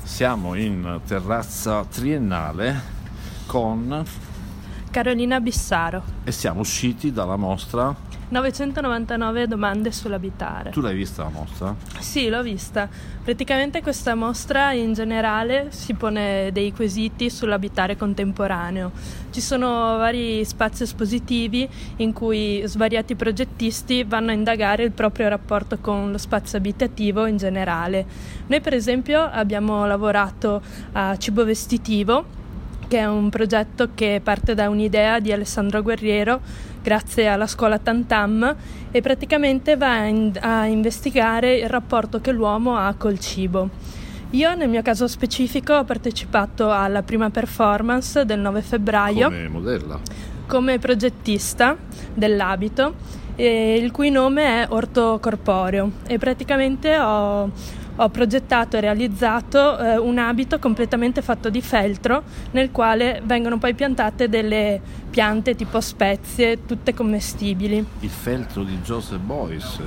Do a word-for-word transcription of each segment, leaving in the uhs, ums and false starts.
Siamo in terrazza triennale con Carolina Bissaro. e siamo usciti dalla mostra. novecentonovantanove domande sull'abitare. Tu l'hai vista la mostra? Sì, l'ho vista. Praticamente questa mostra in generale si pone dei quesiti sull'abitare contemporaneo. Ci sono vari spazi espositivi in cui svariati progettisti vanno a indagare il proprio rapporto con lo spazio abitativo in generale. Noi per esempio abbiamo lavorato a Cibo Vestitivo, che è un progetto che parte da un'idea di Alessandro Guerriero grazie alla scuola Tantam e praticamente va a, in- a investigare il rapporto che l'uomo ha col cibo. Io nel mio caso specifico ho partecipato alla prima performance del nove febbraio Come modella. come progettista dell'abito, eh, il cui nome è Orto Corporeo, e praticamente ho Ho progettato e realizzato eh, un abito completamente fatto di feltro nel quale vengono poi piantate delle piante tipo spezie, tutte commestibili. Il feltro di Joseph Beuys.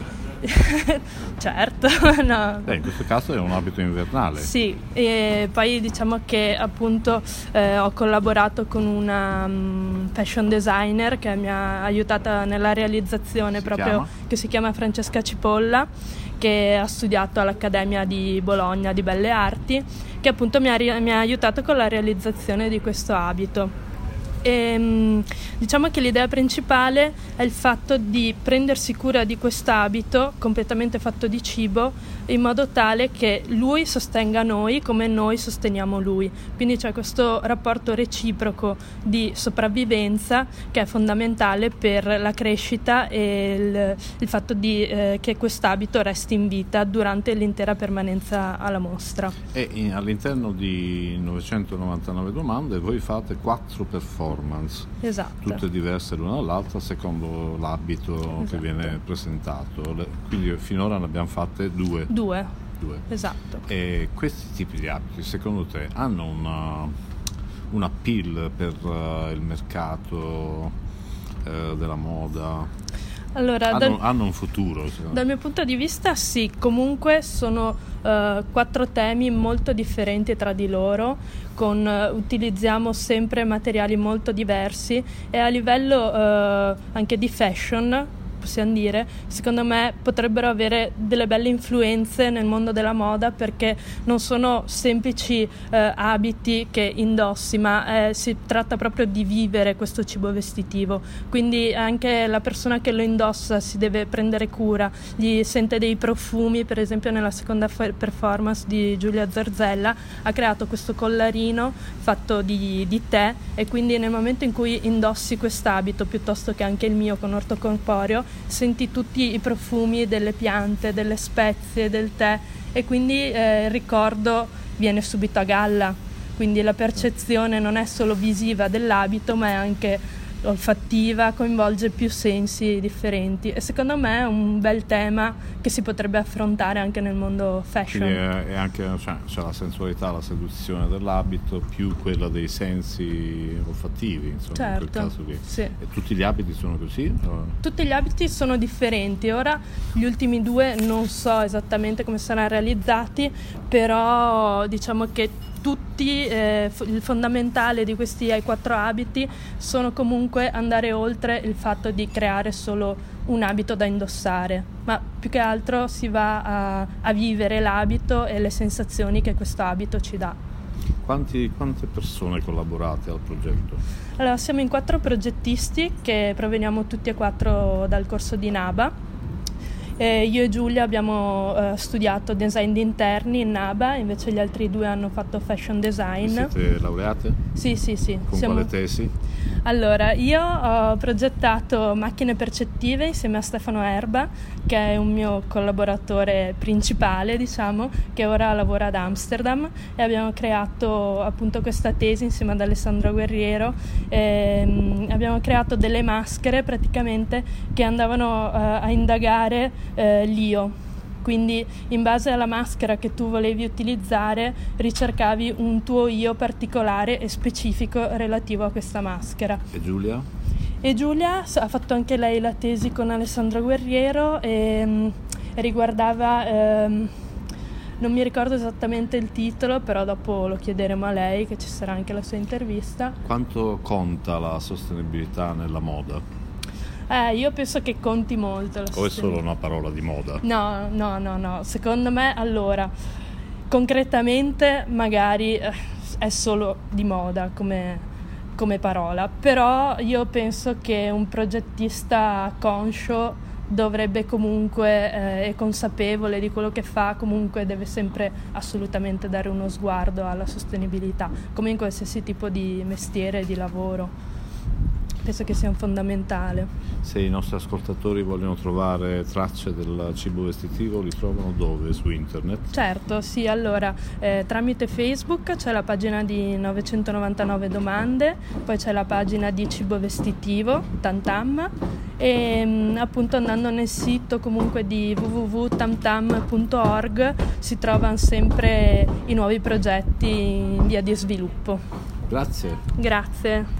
Certo, no. Beh, in questo caso è un abito invernale. Sì, e poi diciamo che appunto eh, ho collaborato con una um, fashion designer che mi ha aiutata nella realizzazione, Si proprio chiama? che si chiama Francesca Cipolla, che ha studiato all'Accademia di Bologna di Belle Arti, che appunto mi ha, mi ha aiutato con la realizzazione di questo abito. E, diciamo che l'idea principale è il fatto di prendersi cura di quest'abito completamente fatto di cibo, in modo tale che lui sostenga noi come noi sosteniamo lui. Quindi c'è questo rapporto reciproco di sopravvivenza che è fondamentale per la crescita e il, il fatto di, eh, che quest'abito resti in vita durante l'intera permanenza alla mostra. E in- all'interno di novecentonovantanove domande voi fate quattro performance, Esatto. tutte diverse l'una dall'altra secondo l'abito che Esatto. viene presentato. Le- Quindi finora ne abbiamo fatte due. Due, Due. esatto. E questi tipi di abiti, secondo te, hanno una, un appeal per eh, il mercato eh, della moda? Allora, Hanno, dal, hanno un futuro? secondo dal mio punto di vista sì, comunque sono eh, quattro temi molto differenti tra di loro, con, eh, utilizziamo sempre materiali molto diversi e a livello eh, anche di fashion, possiamo dire, secondo me potrebbero avere delle belle influenze nel mondo della moda, perché non sono semplici eh, abiti che indossi, ma eh, si tratta proprio di vivere questo cibo vestitivo, quindi anche la persona che lo indossa si deve prendere cura, gli sente dei profumi. Per esempio nella seconda f- performance di Giulia Zarzella ha creato questo collarino fatto di, di tè, e quindi nel momento in cui indossi quest'abito piuttosto che anche il mio con Orto Corporeo senti tutti i profumi delle piante, delle spezie, del tè, e quindi eh, il ricordo viene subito a galla, quindi la percezione non è solo visiva dell'abito ma è anche olfattiva, coinvolge più sensi differenti, e secondo me è un bel tema che si potrebbe affrontare anche nel mondo fashion. Quindi è, è anche, cioè, c'è la sensualità, la seduzione dell'abito più quella dei sensi olfattivi, insomma, Certo, in quel caso lì. sì. E tutti gli abiti sono così? O- Tutti gli abiti sono differenti, ora gli ultimi due non so esattamente come saranno realizzati, però diciamo che tutti, eh, f- il fondamentale di questi ai quattro abiti sono comunque andare oltre il fatto di creare solo un abito da indossare, ma più che altro si va a, a vivere l'abito e le sensazioni che questo abito ci dà. Quanti, quante persone collaborate al progetto? Allora, siamo in quattro progettisti che proveniamo tutti e quattro dal corso di NABA. Eh, io e Giulia abbiamo eh, studiato design di interni in NABA, invece gli altri due hanno fatto fashion design. Siete laureate? Sì, sì, sì. Con Siamo- quale tesi? Allora, io ho progettato macchine percettive insieme a Stefano Erba, che è un mio collaboratore principale, diciamo, che ora lavora ad Amsterdam, e abbiamo creato appunto questa tesi insieme ad Alessandro Guerriero. Ehm, abbiamo creato delle maschere praticamente che andavano eh, a indagare eh, l'io. Quindi in base alla maschera che tu volevi utilizzare ricercavi un tuo io particolare e specifico relativo a questa maschera. E Giulia? E Giulia ha fatto anche lei la tesi con Alessandro Guerriero e, e riguardava ehm, non mi ricordo esattamente il titolo, però dopo lo chiederemo a lei, che ci sarà anche la sua intervista. Quanto conta la sostenibilità nella moda? Eh, io penso che conti molto. O è solo una parola di moda? No, no, no, no. Secondo me, allora, concretamente magari eh, è solo di moda come... come parola, però io penso che un progettista conscio dovrebbe comunque, eh, è consapevole di quello che fa, comunque deve sempre assolutamente dare uno sguardo alla sostenibilità, come in qualsiasi tipo di mestiere, di lavoro. Penso che sia fondamentale. Se i nostri ascoltatori vogliono trovare tracce del cibo vestitivo, li trovano dove? Su internet? Certo, sì, allora eh, tramite Facebook c'è la pagina di novecentonovantanove domande, poi c'è la pagina di cibo vestitivo, Tamtam, e mh, appunto andando nel sito comunque di w w w punto tamtam punto org si trovano sempre i nuovi progetti in via di sviluppo. Grazie. Grazie.